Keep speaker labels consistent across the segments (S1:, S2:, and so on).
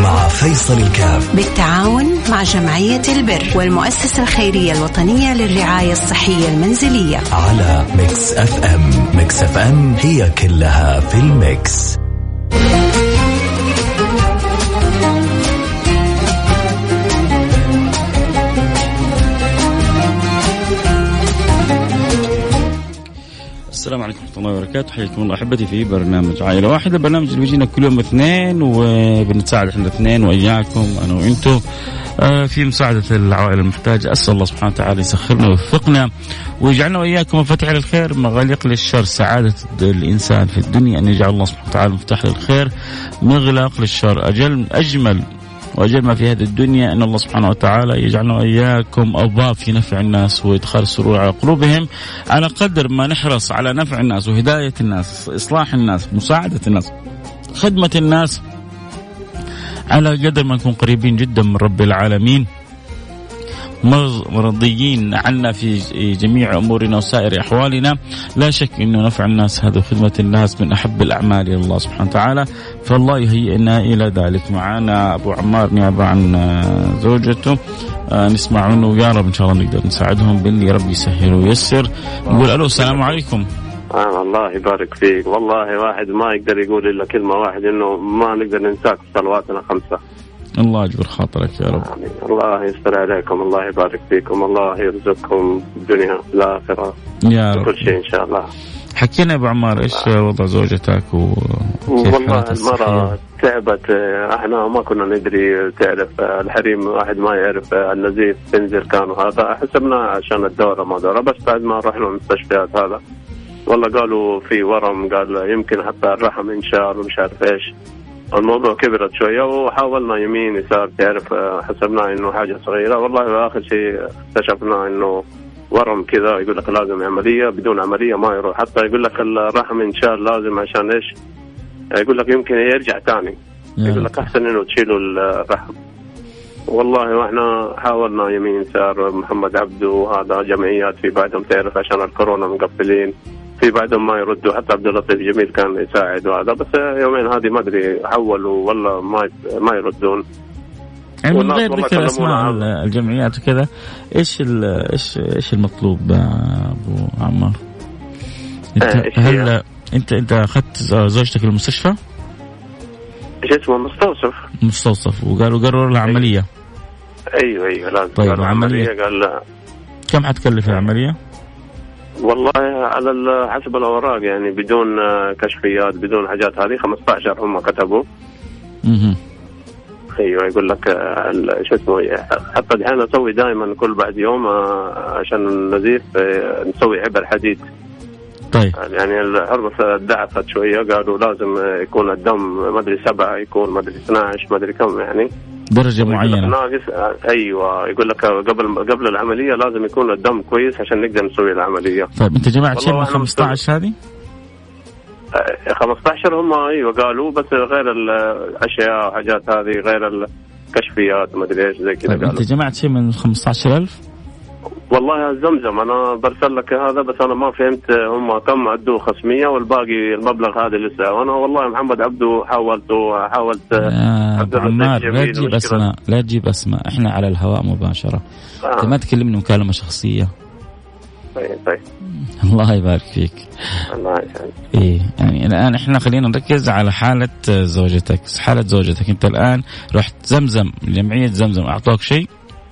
S1: مع فيصل الكاف
S2: بالتعاون مع جمعية البر والمؤسسة الخيرية الوطنية للرعاية الصحية المنزلية
S1: على ميكس اف ام. ميكس اف ام هي كلها في الميكس.
S3: السلام عليكم ورحمة الله وبركاته. حياكم الله أحبتي في برنامج عائلة واحدة، البرنامج اللي بيجينا كل يوم اثنين وبنتساعد احنا الاثنين وإياكم أنا وإنتو في مساعدة العوائل المحتاجة. أسأل الله سبحانه وتعالى يسخرنا ويوفقنا ويجعلنا وإياكم مفاتيح للخير مغاليق للشر. سعادة الإنسان في الدنيا أن يجعل الله سبحانه وتعالى مفتاح للخير مغلاق للشر. أجمل وأجل ما في هذه الدنيا أن الله سبحانه وتعالى يجعلنا وإياكم أبواب في نفع الناس وإدخال السرور على قلوبهم. على قدر ما نحرص على نفع الناس وهداية الناس، إصلاح الناس، مساعدة الناس، خدمة الناس، على قدر ما نكون قريبين جدا من رب العالمين، مرضيين عنا في جميع أمورنا وسائر أحوالنا. لا شك أنه نفع الناس هذا وخدمة الناس من أحب الأعمال إلى الله سبحانه وتعالى، فالله يهيئنا إلى ذلك. معنا أبو عمار نيابة عن زوجته، نسمع منه يا رب إن شاء الله نقدر نساعدهم باللي ربي يسهل ويسر. نقول ألو السلام عليكم.
S4: الله يبارك فيك. والله واحد ما يقدر يقول إلا كلمة واحد، إنه ما نقدر ننساك صلواتنا 5.
S3: الله يجبر خاطرك يا رب.
S4: الله يستر عليكم، الله يبارك فيكم، الله يرزقكم الدنيا والآخرة
S3: يا رب
S4: كل شيء إن شاء الله.
S3: حكينا أبو عمار إيش وضع زوجتك
S4: والله المرأة تعبت، احنا ما كنا ندري، تعرف الحريم واحد ما يعرف النزيف تنزل كان وهذا، حسبنا عشان الدورة ما دورة، بس بعد ما رحنا المستشفيات هذا والله قالوا في ورم، قال يمكن حتى الرحم انشار ومش عارف ايش. الموضوع كبرت شوية وحاولنا يمين يسار، تعرف حسبنا انه حاجة صغيرة، والله آخر شيء اكتشفنا انه ورم كذا، يقول لك لازم عملية، بدون عملية ما يروح، حتى يقول لك الرحم انشال لازم عشان ايش، يقول لك يمكن يرجع تاني، يقول لك احسن انه تشيلوا الرحم. والله واحنا حاولنا يمين يسار، محمد عبده وهذا جمعيات في بعدهم تعرف عشان الكورونا مقفلين، في بعدهم ما يردوا، حتى عبد اللطيف جميل كان يساعد وهذا، بس يومين هذه ما ادري حولوا ولا ما يردون.
S3: يعني من غير ذكر اسماء الجمعيات وكذا، ايش المطلوب ابو عمار؟ هل انت اخذت زوجتك المستشفى؟
S4: ايش اسمه؟ مستوصف
S3: وقالوا قرروا لها عمليه.
S4: ايوه لازم.
S3: طيب عمليه قال لا. كم حتكلف العمليه؟
S4: والله على حسب الأوراق، يعني بدون كشفيات بدون حاجات هذه 15 هم كتبوا. ايوه يقول لك شو اسمه، حتى الحين نسوي دائما كل بعد يوم عشان النزيف نسوي عبر حديد.
S3: طيب
S4: يعني الحربة ضعفت شوية، قالوا لازم يكون الدم ما ادري 7 يكون ما ادري 12 ما ادري كم، يعني
S3: درجة معينة
S4: ناقص. ايوه يقول لك قبل العملية لازم يكون الدم كويس عشان نقدر نسوي العملية.
S3: طيب انت جمعت شيء من 15 هذه؟
S4: 15 هم ايوه قالوا، بس غير الاشياء وحاجات هذه، غير الكشفيات ما ادري ايش زي كذا.
S3: طيب انت جمعت شيء من 15,000؟
S4: والله زمزم انا برسل لك هذا، بس انا ما فهمت هم كم ادوا خصميه والباقي المبلغ هذا لسه، وانا والله محمد عبده حاولت
S3: عمار لا تجيب اسماء، احنا على الهواء مباشره. انت ما تكلمني مكالمه شخصيه.
S4: طيب
S3: الله يبارك فيك.
S4: الله يسعدك.
S3: ايه يعني الان احنا خلينا نركز على حاله زوجتك. انت الان رحت زمزم، جمعيه زمزم اعطوك شيء؟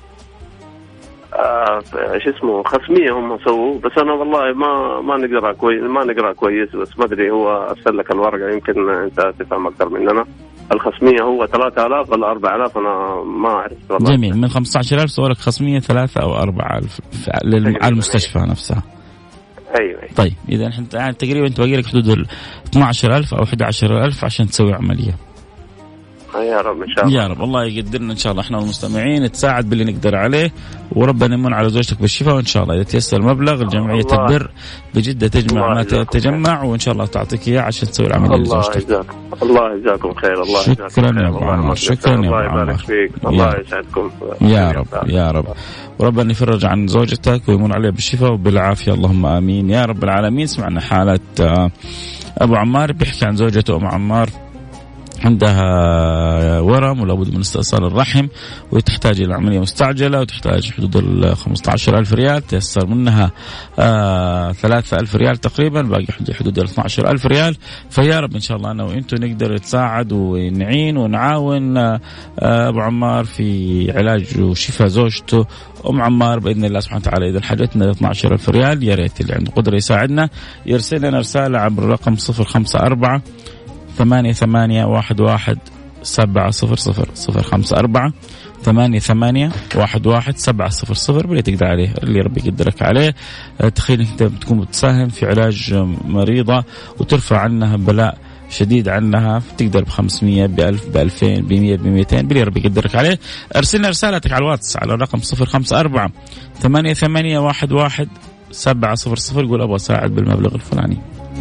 S4: ايش اسمه خصميه هم سووا، بس انا والله ما نقرا كويس، بس ما ادري هو ارسل لك الورقه، يمكن انت تفهم اكثر مننا. الخصميه هو 3000 ولا 4000 انا ما اعرف والله.
S3: جميل. من 15,000 سووا لك خصميه 3 أو 4,000 على المستشفى نفسها.
S4: ايوه.
S3: طيب اذا انت تقريبا باقي لك حدود 12,000 أو 11,000 عشان تسوي عمليه.
S4: يا رب إن شاء الله.
S3: يا رب الله يقدرنا إن شاء الله، إحنا والمستمعين نتساعد باللي نقدر عليه، وربنا يمن على زوجتك بالشفاء، وإن شاء الله إذا تيسر المبلغ الجمعية البر بجدة تجمع ما تجمع، وإن شاء الله تعطيك إياه عشان تسوي العملية لزوجتك.
S4: الله يجزاكم خير. الله
S3: شكرا يا أبو عمار. شكرا يا أبو عمار.
S4: الله يسعدكم
S3: يا رب وربنا يفرج عن زوجتك ويمن عليها بالشفاء وبالعافية، اللهم آمين يا رب العالمين. سمعنا حالة أبو عمار بيحكي عن زوجته أم عمار عندها ورم ولابد من استئصال الرحم وتحتاج إلى عملية مستعجلة وتحتاج حدود 15,000 ريال، تيسر منها 3,000 ريال تقريبا، باقي حدود 12,000 ريال. فيا رب إن شاء الله أنا وإنتو نقدر نتساعد ونعين ونعاون أبو عمار في علاج وشفاء زوجته أم عمار بإذن الله سبحانه وتعالى. إذا حاجتنا 12,000 ريال يا ريت اللي عنده قدرة يساعدنا يرسل لنا رسالة عبر الرقم 054 8811 700 054 8811 700 باللي تقدر عليه اللي ربي يقدرك عليه. تخيل انت بتكون بتساهم في علاج مريضة وترفع عنها بلاء شديد عنها، تقدر ب500 ب1000 ب2000 ب100 ب200 باللي ربي يقدرك عليه. ارسلنا رسالتك على الواتس على الرقم 054 8811 700 قول ابغى اساعد بالمبلغ الفلاني.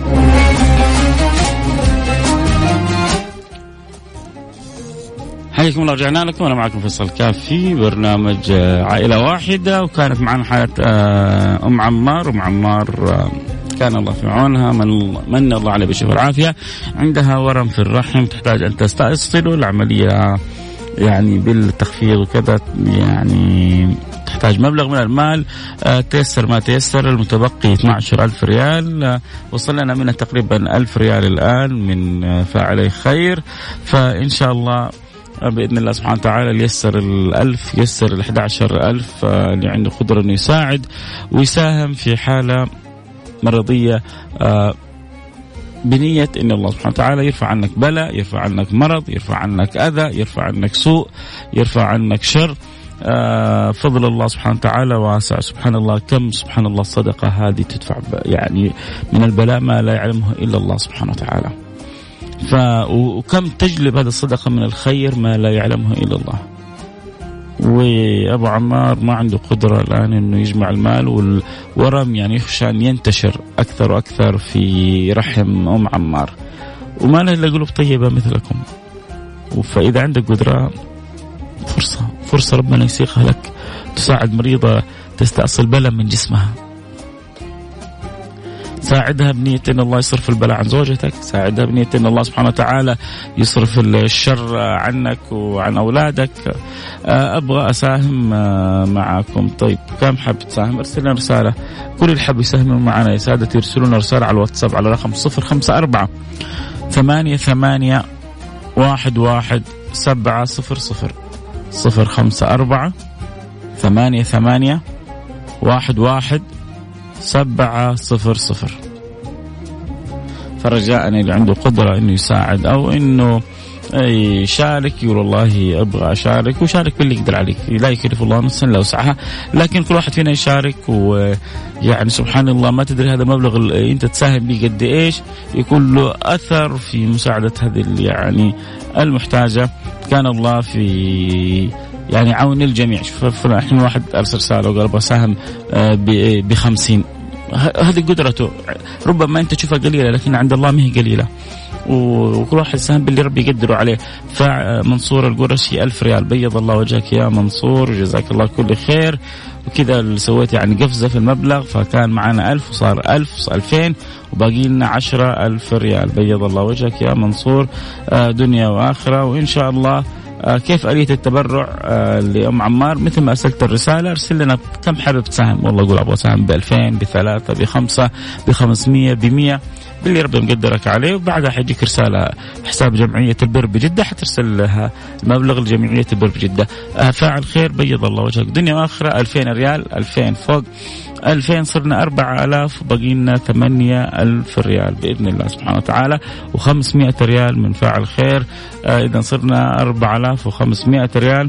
S3: حياكم الله، رجعنا لكم. أنا معكم فيصل كاف في برنامج عائلة واحدة، وكانت معنا حالة أم عمار. أم عمار كان الله في عونها، من الله عليه بالشفاء والعافية. عندها ورم في الرحم تحتاج أن تستأصل العملية يعني بالتخفيض وكذا، يعني تحتاج مبلغ من المال تيسر ما تيسر. المتبقي 12,000 ريال، وصل لنا منها تقريبا 1,000 ريال الآن من فاعلي خير. فإن شاء الله بإذن الله سبحانه وتعالى اللي يسر 1,000 يسر 11,000 اللي عنده قدرة إنه يساعد ويساهم في حالة مرضية بنية إن الله سبحانه وتعالى يرفع عنك بلاء، يرفع عنك مرض، يرفع عنك أذى، يرفع عنك سوء، يرفع عنك شر. فضل الله سبحانه وتعالى واسع. سبحان الله، كم سبحان الله الصدقة هذه تدفع يعني من البلاء ما لا يعلمه إلا الله سبحانه وتعالى. وكم تجلب هذا الصدقة من الخير ما لا يعلمه إلا الله. وأبو عمار ما عنده قدرة الآن إنه يجمع المال، والورم يعني يخشى أن ينتشر أكثر وأكثر في رحم أم عمار، وما له إلا قلوب طيبة مثلكم. فإذا عندك قدرة فرصة ربنا يسيقها لك، تساعد مريضة تستأصل بلا من جسمها، ساعدها بنية أن الله يصرف البلاء عن زوجتك، ساعدها بنية أن الله سبحانه وتعالى يصرف الشر عنك وعن أولادك. أبغى أساهم معكم. طيب كم حاب تساهم؟ ارسلنا رسالة. كل اللي حاب يساهموا معنا يا سادتي يرسلونا رسالة على الواتساب على رقم 054 8811 700 054 8811 700. فرجاء اللي عنده قدرة إنه يساعد أو إنه يشارك، يقول والله أبغى أشارك، وشارك باللي يقدر عليك. لا يكلف الله نفسا إلا وسعها، لكن كل واحد فينا يشارك. ويعني سبحان الله ما تدري هذا المبلغ اللي أنت تساهم به قد إيش يكون له أثر في مساعدة هذه يعني المحتاجة. كان الله في يعني عون الجميع. الحين واحد أرسل رسالة وقال بساهم ب50، هذه قدرته. ربما أنت تشوفها قليلة لكن عند الله ما هي قليلة، وكل واحد ساهم باللي ربي يقدره عليه. فمنصور القرشي 1000 ريال، بيض الله وجهك يا منصور، جزاك الله كل خير. وكذا اللي سويت يعني قفزة في المبلغ، فكان معنا 1000 وصار 1000 2000 وباقي لنا 10,000 ريال. بيض الله وجهك يا منصور دنيا وآخرة. وإن شاء الله كيف آلية التبرع لأم عمار؟ مثل ما أرسلت الرسالة ارسل لنا كم حابب تساهم. والله أقول أبغى أساهم ب2000 ب3 ب5 ب500 ب100 باللي ربي مقدرك عليه. وبعدها حيجيك رسالة حساب جمعية البر بجدة، حترسل لها المبلغ لجمعية البر بجدة. فاعل خير بيض الله وجهك دنيا وآخرة. 2000 ريال، 2000 فوق 2000 صرنا 4000 وباقي لنا 8000 ريال بإذن الله سبحانه وتعالى، و500 ريال من فاعل خير. إذا صرنا 4500 ريال.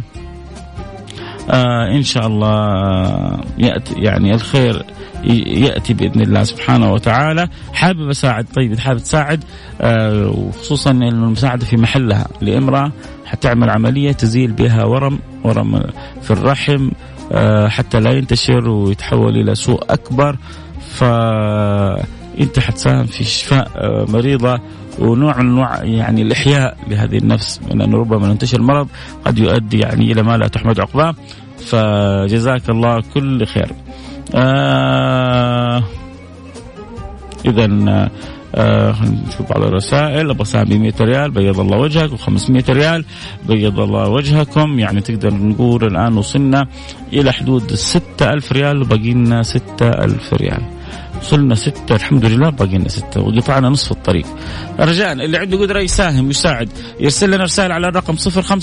S3: إن شاء الله يأتي يعني الخير يأتي بإذن الله سبحانه وتعالى. حابب أساعد، طيب حابب تساعد، وخصوصا أن المساعدة في محلها لامرأة حتعمل عملية تزيل بها ورم في الرحم حتى لا ينتشر ويتحول إلى سوء أكبر. فأنت حتساهم في شفاء مريضة ونوع من انواع يعني الإحياء لهذه النفس، لأنه ربما ينتشر المرض قد يؤدي يعني إلى ما لا تحمد عقباه. فجزاك الله كل خير. إذن نشوف بعض الرسائل. أبو سامي 100 ريال بيض الله وجهك، و500 ريال بيض الله وجهكم. يعني تقدر نقول الآن وصلنا إلى حدود 6000 ريال وباقي لنا 6000 ريال. وصلنا 6 الحمد لله، باقي لنا 6 وقطعنا نصف الطريق. رجاء اللي عنده قدرة يساهم يساعد يرسل لنا رسالة على الرقم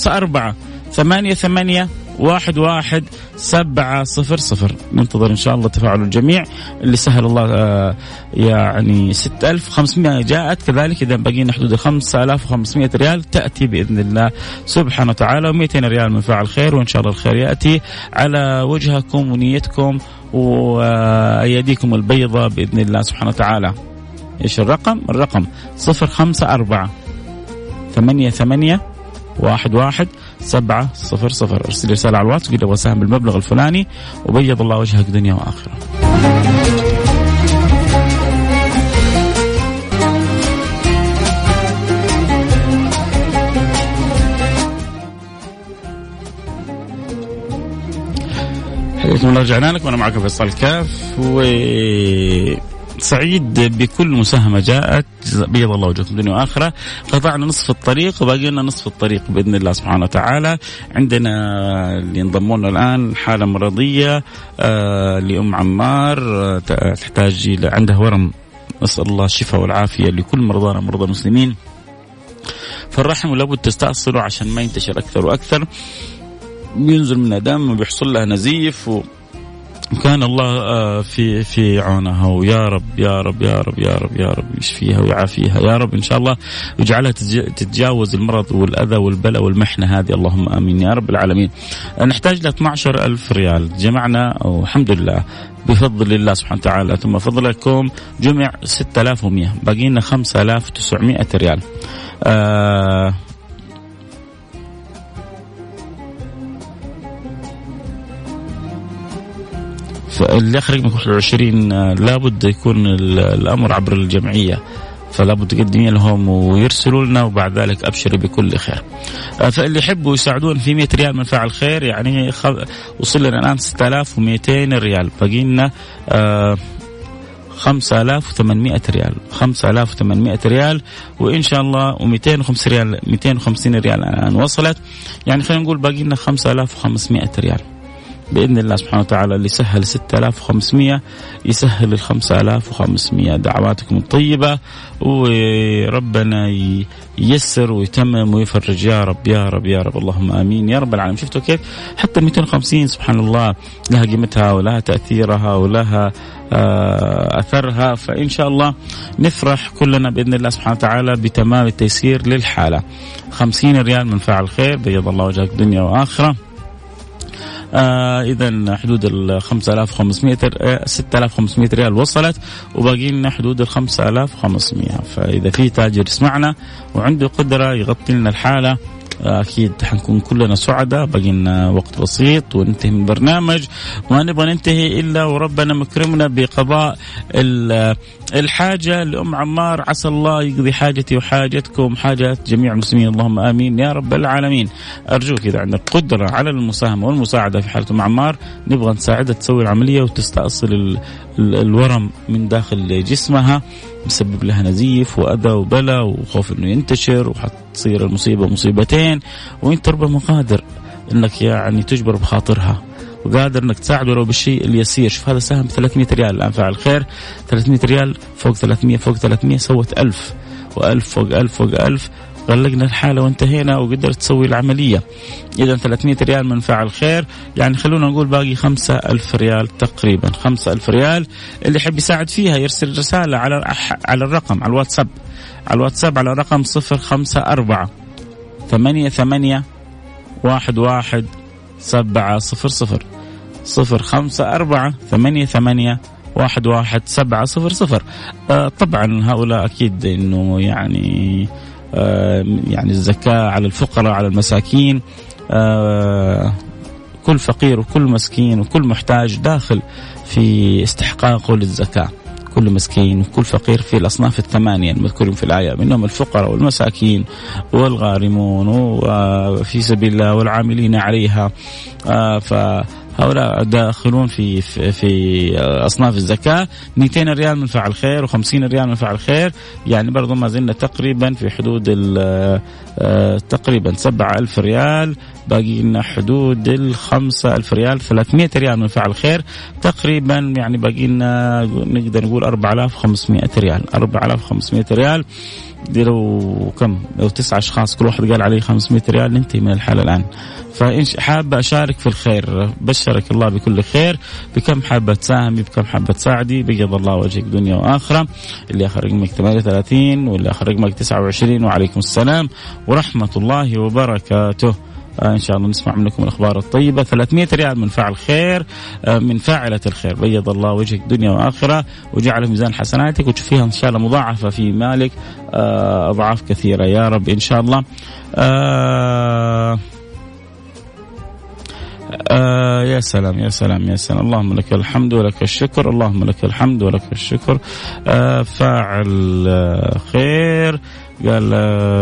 S3: 0548811700. ننتظر إن شاء الله تفاعل الجميع. اللي سهل الله يعني 6500 جاءت كذلك، إذا بقينا حدود 5500 ريال تأتي بإذن الله سبحانه وتعالى، و200 ريال من فاعل خير، وإن شاء الله الخير يأتي على وجهكم ونيتكم وأيديكم البيضة بإذن الله سبحانه وتعالى. إيش الرقم؟ الرقم 0548811700. ارسل رسالة على الواتس وقل وساهم بالمبلغ الفلاني وبيض الله وجهك دنيا وآخرة. حياكم الله، رجعنا لكم. أنا معكم فيصل كاف، وسعيد بكل مساهمة جاءت بيض الله وجهكم دنيا وآخرة. قطعنا نصف الطريق وباقي لنا نصف الطريق بإذن الله سبحانه وتعالى. عندنا اللي ينضمون الآن حالة مرضية لأم عمار، تحتاج عندها ورم، نسأل الله الشفاء والعافية لكل مرضانا مرضى المسلمين. فالرحم لابد تستأصله عشان ما ينتشر أكثر وأكثر، بينزل منها دم وبيحصل لها نزيف وكان الله في عونها. ويا رب يا رب يا رب يا رب يا رب يشفيها ويعافيها يا رب إن شاء الله، ويجعلها تتجاوز المرض والأذى والبلاء والمحنة هذه، اللهم آمين يا رب العالمين. نحتاج ل 12,000 ريال جمعنا والحمد لله بفضل الله سبحانه وتعالى ثم فضلكم جمع 6100، باقي لنا 5900 ريال. اللي يخرج من 21 لابد يكون الأمر عبر الجمعية، فلابد تقدمين لهم ويرسلوا لنا، وبعد ذلك أبشري بكل خير. فاللي يحبوا يساعدون في 100 ريال من فاعل خير، يعني وصل لنا الآن 6200 ريال، باقي لنا 5800 ريال، 5800 ريال، وإن شاء الله و250 ريال، 250 ريال الآن وصلت، يعني خلينا نقول باقي لنا 5500 ريال بإذن الله سبحانه وتعالى. اللي سهل 6500 يسهل 5500. دعواتكم الطيبة وربنا ييسر ويتمم ويفرج يا رب يا رب يا رب، اللهم آمين يا رب العالمين. شفتوا كيف حتى 250 سبحان الله لها قيمتها ولها تأثيرها ولها أثرها. فإن شاء الله نفرح كلنا بإذن الله سبحانه وتعالى بتمام التيسير للحالة. 50 ريال من فاعل خير بيض الله وجهك دنيا وآخرة. إذا حدود 5500 6500 ريال وصلت، وباقي لنا حدود 5500. فإذا في تاجر يسمعنا وعنده قدرة يغطي لنا الحالة أكيد حنكون كلنا سعداء. باقي لنا وقت بسيط وننتهي من البرنامج، وما نبغى ننتهي إلا وربنا مكرمنا بقضاء الحاجة لأم عمار. عسى الله يقضي حاجتي وحاجتكم حاجات جميع المسلمين، اللهم آمين يا رب العالمين. أرجوك إذا عندك قدرة على المساهمة والمساعدة في حالة أم عمار، نبغى نساعدها تسوي العملية وتستأصل الورم من داخل جسمها، بسبب لها نزيف وأذى وبلاء وخوف إنه ينتشر وحتصير المصيبة مصيبتين. وإنت ربما قادر إنك يعني تجبر بخاطرها وقادر إنك تساعد ولو بالشيء اليسير. شوف هذا سهم 300 ريال الآن فاعل خير، 300 ريال فوق 300 فوق 300 سوت 1000، و1000 فوق 1000 فوق 1000 غلقنا الحالة وانتهينا وقدرت تسوي العملية. إذا 300 ريال من فاعل خير، يعني خلونا نقول باقي 5000 ريال تقريبا. 5000 ريال اللي يحب يساعد فيها يرسل رسالة على الرقم على الواتساب، على رقم 054-88-11700 054-88-11700. طبعا هؤلاء أكيد إنه يعني الزكاة على الفقراء على المساكين، كل فقير وكل مسكين وكل محتاج داخل في استحقاقه للزكاة. كل مسكين وكل فقير في الأصناف الثمانية المذكورين في الآية، منهم الفقراء والمساكين والغارمون وفي سبيل الله والعاملين عليها. هؤلاء داخلون في أصناف الزكاة. 200 ريال من فعل خير و50 ريال من فعل خير، يعني برضو ما زلنا تقريبا في حدود تقريبا 7000 ريال، باقي لنا حدود 5000 ريال. 300 ريال من فعل خير تقريبا، يعني باقي لنا نقدر نقول 4500 ريال. 4500 ريال دي لو كم، لو 9 أشخاص كل واحد قال عليه 500 ريال ننتهي من الحالة الآن. فإن حابة أشارك في الخير بشرك الله بكل خير. بكم حابة تساهمي، بكم حابة تساعدي، بيض الله وجهك دنيا وآخرة. اللي آخر رقمك 38 واللي آخر رقمك 29. وعليكم السلام ورحمة الله وبركاته. إن شاء الله نسمع منكم الأخبار الطيبة. 300 ريال من فعل خير، من فاعلة الخير، بيض الله وجهك دنيا وآخرة وجعل في ميزان حسناتك وتشوفيها إن شاء الله مضاعفة في مالك أضعاف كثيرة يا رب إن شاء الله. يا سلام يا سلام يا سلام، اللهم لك الحمد ولك الشكر، اللهم لك الحمد ولك الشكر. فاعل خير قال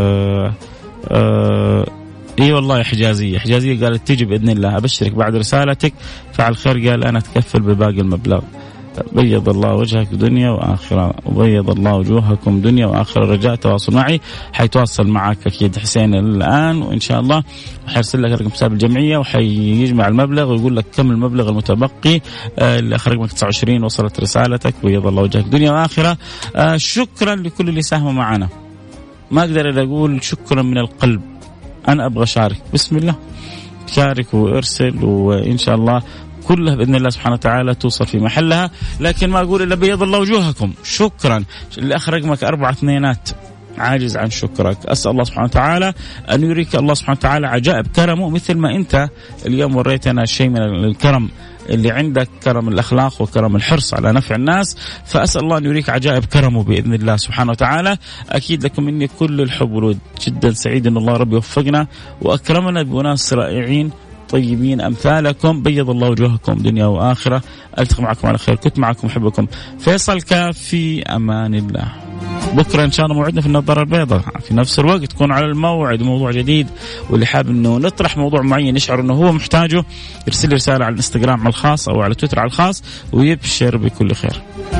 S3: اي والله يا حجازية قالت تجي بإذن الله، أبشرك بعد رسالتك. فعل خير قال أنا أتكفل بباقي المبلغ. بيض الله وجهك دنيا وآخرة، وبيض الله وجوهكم دنيا وآخرة. رجاء تواصل معي، حيتواصل معك أكيد حسين الآن وإن شاء الله حيرسل لك رقم حساب الجمعية وحيجمع المبلغ ويقول لك كم المبلغ المتبقي. اللي آخر رقمك 29 وصلت رسالتك. بيض الله وجهك دنيا وآخرة. شكرا لكل اللي ساهموا معنا. ما أقدر إلا أقول شكرا من القلب. أنا أبغى شارك، بسم الله شارك وارسل، وإن شاء الله كلها بإذن الله سبحانه وتعالى توصل في محلها. لكن ما أقول إلا بيض الله وجوهكم. شكرا. اللي آخر رقمك 4 2 عاجز عن شكرك. أسأل الله سبحانه وتعالى أن يريك الله سبحانه وتعالى عجائب كرمه، مثل ما أنت اليوم وريتنا شيء من الكرم اللي عندك، كرم الأخلاق وكرم الحرص على نفع الناس. فأسأل الله أن يريك عجائب كرمه بإذن الله سبحانه وتعالى. أكيد لكم مني كل الحب والود. جدا سعيد أن الله رب يوفقنا وأكرمنا بناس رائعين طيبين أمثالكم. بيض الله وجوهكم دنيا وآخرة. ألتقي معكم على خير. كنت معكم أحبكم فيصل كاف، في أمان الله. بكرة إن شاء الله موعدنا في النظارة البيضاء في نفس الوقت، تكون على الموعد موضوع جديد. واللي حاب إنه نطرح موضوع معين يشعر إنه هو محتاجه يرسل رسالة على الانستغرام على الخاص أو على تويتر على الخاص ويبشر بكل خير.